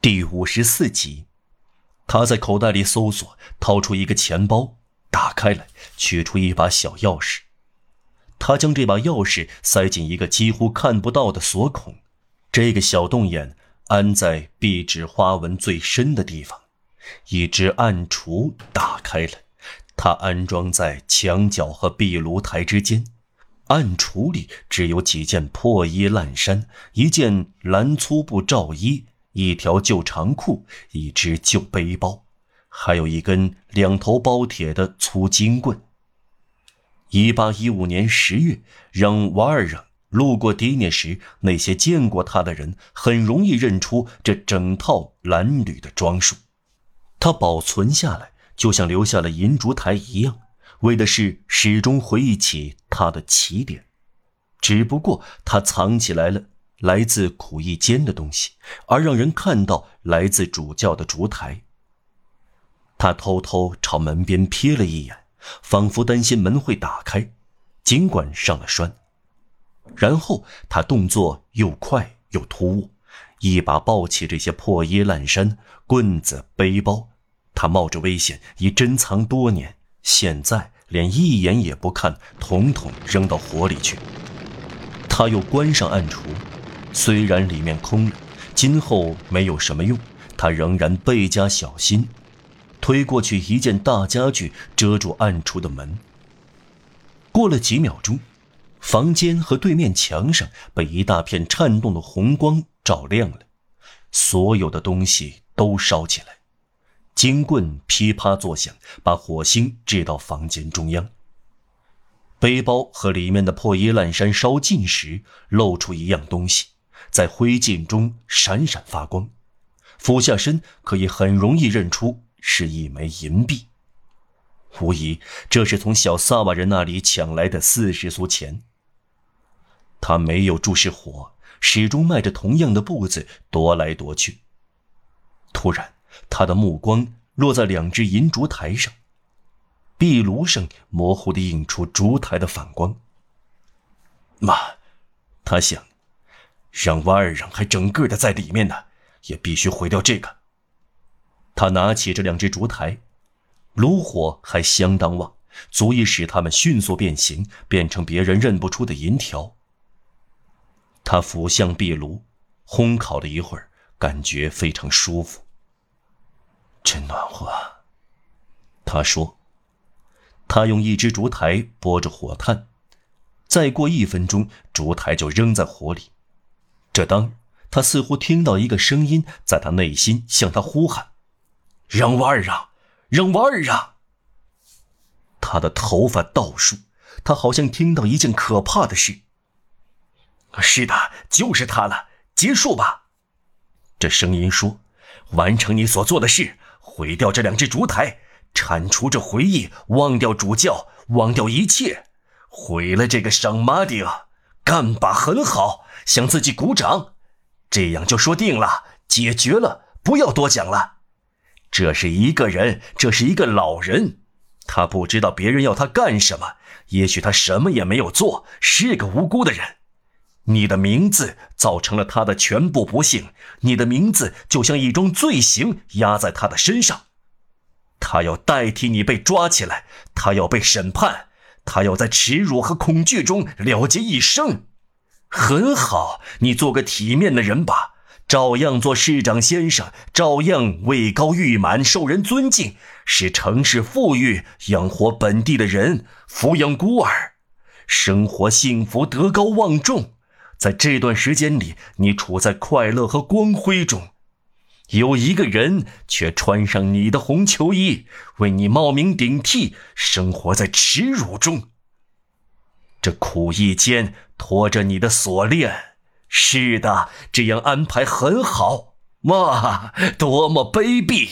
第54集，他在口袋里搜索，掏出一个钱包，打开来，取出一把小钥匙。他将这把钥匙塞进一个几乎看不到的锁孔，这个小洞眼安在壁纸花纹最深的地方。一只暗橱打开了，它安装在墙角和壁炉台之间。暗橱里只有几件破衣烂衫，一件蓝粗布罩衣，一条旧长裤，一只旧背包，还有一根2头包铁的粗金棍。1815年10月，让瓦尔让路过迪涅时，那些见过他的人很容易认出这整套蓝铝的装束。他保存下来，就像留下了银烛台一样，为的是始终回忆起他的起点。只不过他藏起来了来自苦役间的东西，而让人看到来自主教的烛台。他偷偷朝门边瞥了一眼，仿佛担心门会打开，尽管上了栓。然后他动作又快又突兀，一把抱起这些破衣烂衫、棍子、背包。他冒着危险已珍藏多年，现在连一眼也不看，统统扔到火里去。他又关上暗橱，虽然里面空了，今后没有什么用，他仍然倍加小心。推过去一件大家具遮住暗橱的门。过了几秒钟，房间和对面墙上被一大片颤动的红光照亮了，所有的东西都烧起来。金棍噼啪作响，把火星掷到房间中央。背包和里面的破衣烂衫烧尽时，露出一样东西，在灰烬中闪闪发光。俯下身可以很容易认出是一枚银币，无疑这是从小萨瓦人那里抢来的40苏钱。他没有注视火，始终迈着同样的步子踱来踱去。突然他的目光落在2只银烛台上，壁炉上模糊地映出烛台的反光。妈，他想，让瓦尔让还整个的在里面呢，也必须毁掉这个。他拿起这2只烛台，炉火还相当旺，足以使它们迅速变形，变成别人认不出的银条。他俯向壁炉，烘烤了一会儿，感觉非常舒服。真暖和，他说。他用一只烛台拨着火炭，再过1分钟，烛台就扔在火里。这当他似乎听到一个声音在他内心向他呼喊：让瓦尔让，让瓦尔让！他的头发倒竖，他好像听到一件可怕的事。是的，就是他了，结束吧！这声音说，完成你所做的事，毁掉这2只烛台，铲除这回忆，忘掉主教，忘掉一切，毁了这个赏马丁，干吧，很好，向自己鼓掌。这样就说定了，解决了，不要多讲了。这是一个人，这是一个老人，他不知道别人要他干什么，也许他什么也没有做，是个无辜的人。你的名字造成了他的全部不幸，你的名字就像一桩罪行压在他的身上。他要代替你被抓起来，他要被审判，他要在耻辱和恐惧中了结一生。很好，你做个体面的人吧，照样做市长先生，照样位高誉满，受人尊敬，使城市富裕，养活本地的人，抚养孤儿，生活幸福，德高望重。在这段时间里，你处在快乐和光辉中。有一个人却穿上你的红球衣，为你冒名顶替，生活在耻辱中。这苦役间拖着你的锁链，是的，这样安排很好。哇，多么卑鄙！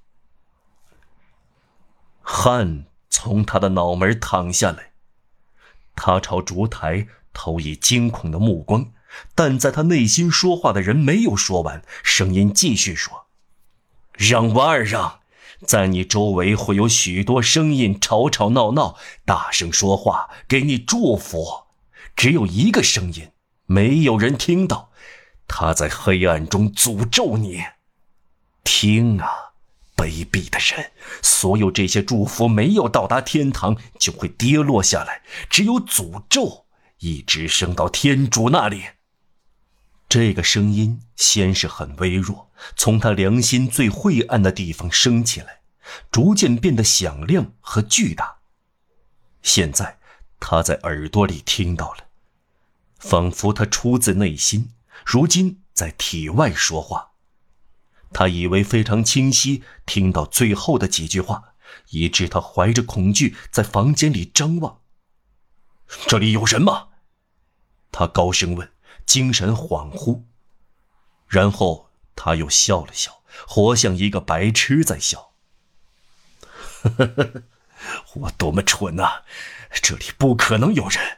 汗从他的脑门淌下来，他朝烛台投以惊恐的目光，但在他内心说话的人没有说完，声音继续说：让瓦尔让，在你周围会有许多声音吵吵闹闹，大声说话，给你祝福。只有一个声音，没有人听到，他在黑暗中诅咒你。 听啊，卑鄙的人，所有这些祝福没有到达天堂就会跌落下来，只有诅咒一直升到天主那里。这个声音先是很微弱，从他良心最晦暗的地方升起来，逐渐变得响亮和巨大。现在他在耳朵里听到了，仿佛他出自内心，如今在体外说话。他以为非常清晰，听到最后的几句话，以致他怀着恐惧在房间里张望。这里有人吗？他高声问，精神恍惚。然后他又笑了笑，活像一个白痴在笑。我多么蠢啊，这里不可能有人。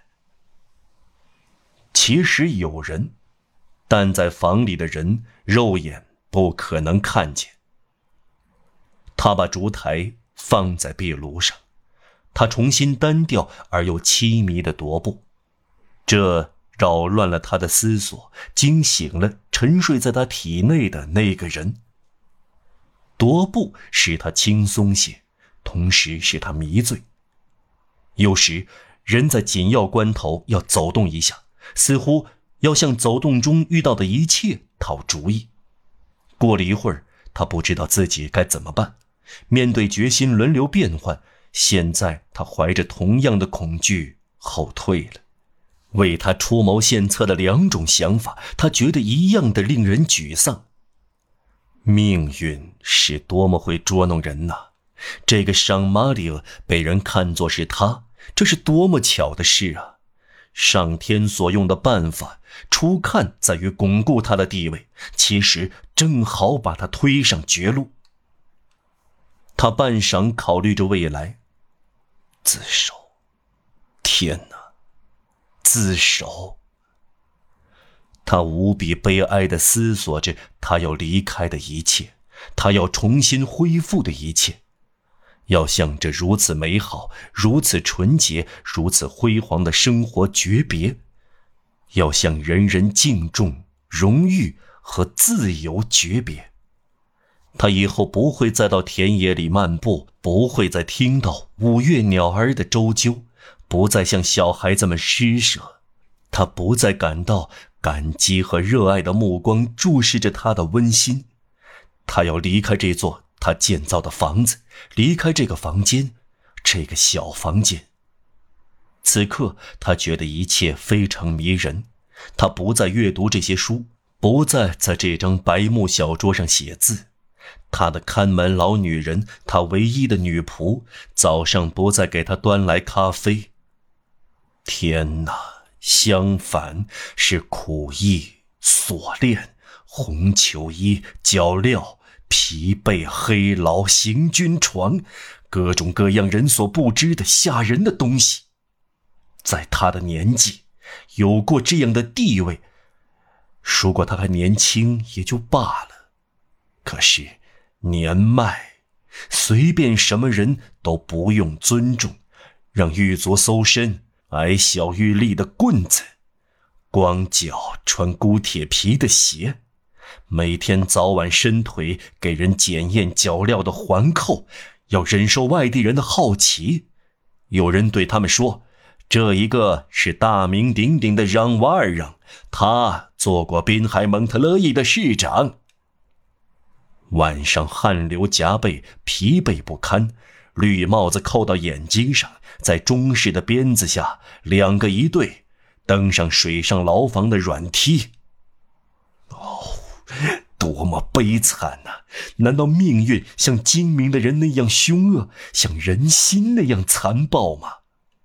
其实有人，但在房里的人肉眼不可能看见。他把烛台放在壁炉上，他重新单调而又凄迷地踱步，这扰乱了他的思索，惊醒了沉睡在他体内的那个人。踱步使他轻松些，同时使他迷醉。有时人在紧要关头要走动一下，似乎要向走动中遇到的一切讨主意。过了一会儿，他不知道自己该怎么办。面对决心轮流变换，现在他怀着同样的恐惧后退了。为他出谋献策的两种想法，他觉得一样的令人沮丧。命运是多么会捉弄人呐！这个赏马里厄被人看作是他，这是多么巧的事啊！上天所用的办法，初看在于巩固他的地位，其实正好把他推上绝路。他半晌考虑着未来，自首，天哪，自首！他无比悲哀地思索着他要离开的一切，他要重新恢复的一切，要向这如此美好、如此纯洁、如此辉煌的生活诀别，要向人人敬重、荣誉和自由诀别。他以后不会再到田野里漫步，不会再听到五月鸟儿的啾啾，不再向小孩子们施舍，他不再感到感激和热爱的目光注视着他的温馨。他要离开这座他建造的房子，离开这个房间，这个小房间。此刻他觉得一切非常迷人，他不再阅读这些书，不再在这张白木小桌上写字。他的看门老女人，他唯一的女仆，早上不再给他端来咖啡。天哪，相反是苦役、锁链、红球衣、脚镣、疲惫、黑牢、行军床，各种各样人所不知的吓人的东西。在他的年纪，有过这样的地位，如果他还年轻也就罢了。可是年迈，随便什么人都不用尊重，让狱卒搜身，矮小玉立的棍子，光脚穿骨铁皮的鞋，每天早晚伸腿给人检验脚镣的环扣，要忍受外地人的好奇。有人对他们说，这一个是大名鼎鼎的让瓦尔让，他做过滨海蒙特勒伊的市长。晚上汗流浃背，疲惫不堪，绿帽子扣到眼睛上，在中式的鞭子下，两个一对，登上水上牢房的软梯。哦，多么悲惨啊！难道命运像精明的人那样凶恶，像人心那样残暴吗？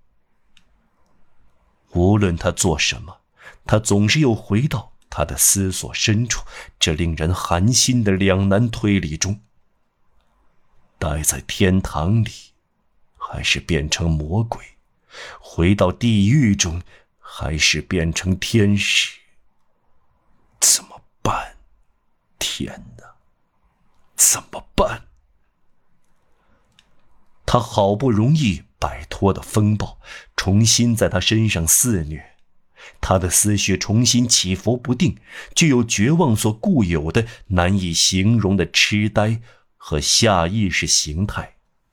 无论他做什么，他总是又回到他的思索深处，这令人寒心的两难推理中。待在天堂里，还是变成魔鬼？回到地狱中，还是变成天使？怎么办？天哪，怎么办？他好不容易摆脱的风暴，重新在他身上肆虐。 他的思绪重新起伏不定，具有绝望所固有的难以形容的痴呆和下意识形态。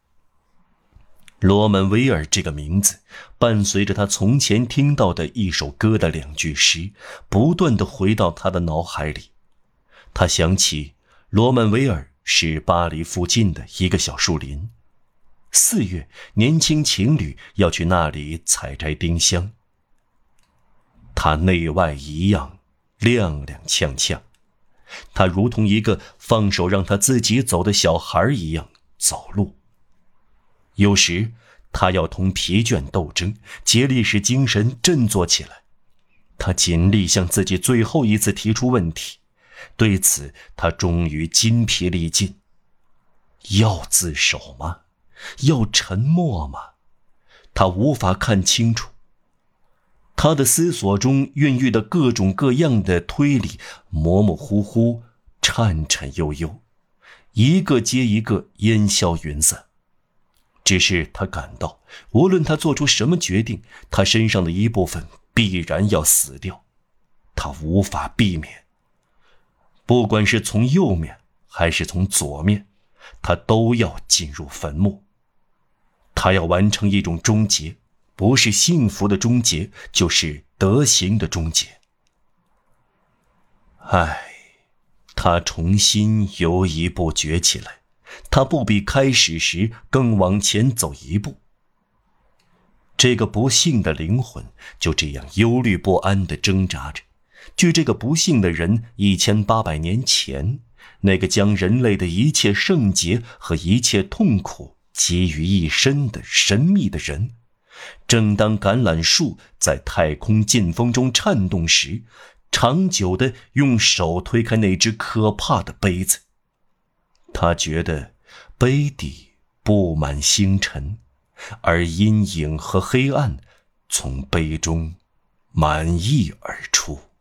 罗门威尔这个名字伴随着他从前听到的一首歌的2句诗，不断地回到他的脑海里。他想起罗门威尔是巴黎附近的一个小树林，4月年轻情侣要去那里采摘丁香。他内外一样踉踉跄跄，他如同一个放手让他自己走的小孩一样走路。有时他要同疲倦斗争，竭力使精神振作起来。他尽力向自己最后一次提出问题，对此他终于筋疲力尽。要自首吗？要沉默吗？他无法看清楚。他的思索中孕育的各种各样的推理，模模糊糊，颤颤悠悠，一个接一个烟消云散。只是他感到，无论他做出什么决定，他身上的一部分必然要死掉，他无法避免。不管是从右面还是从左面，他都要进入坟墓。他要完成一种终结，不是幸福的终结，就是德行的终结。他重新由一步崛起来，他不比开始时更往前走一步。这个不幸的灵魂就这样忧虑不安地挣扎着。据这个不幸的人1800年前，那个将人类的一切圣洁和一切痛苦集于一身的神秘的人，正当橄榄树在太空劲风中颤动时，长久地用手推开那只可怕的杯子。他觉得杯底布满星辰，而阴影和黑暗从杯中满溢而出。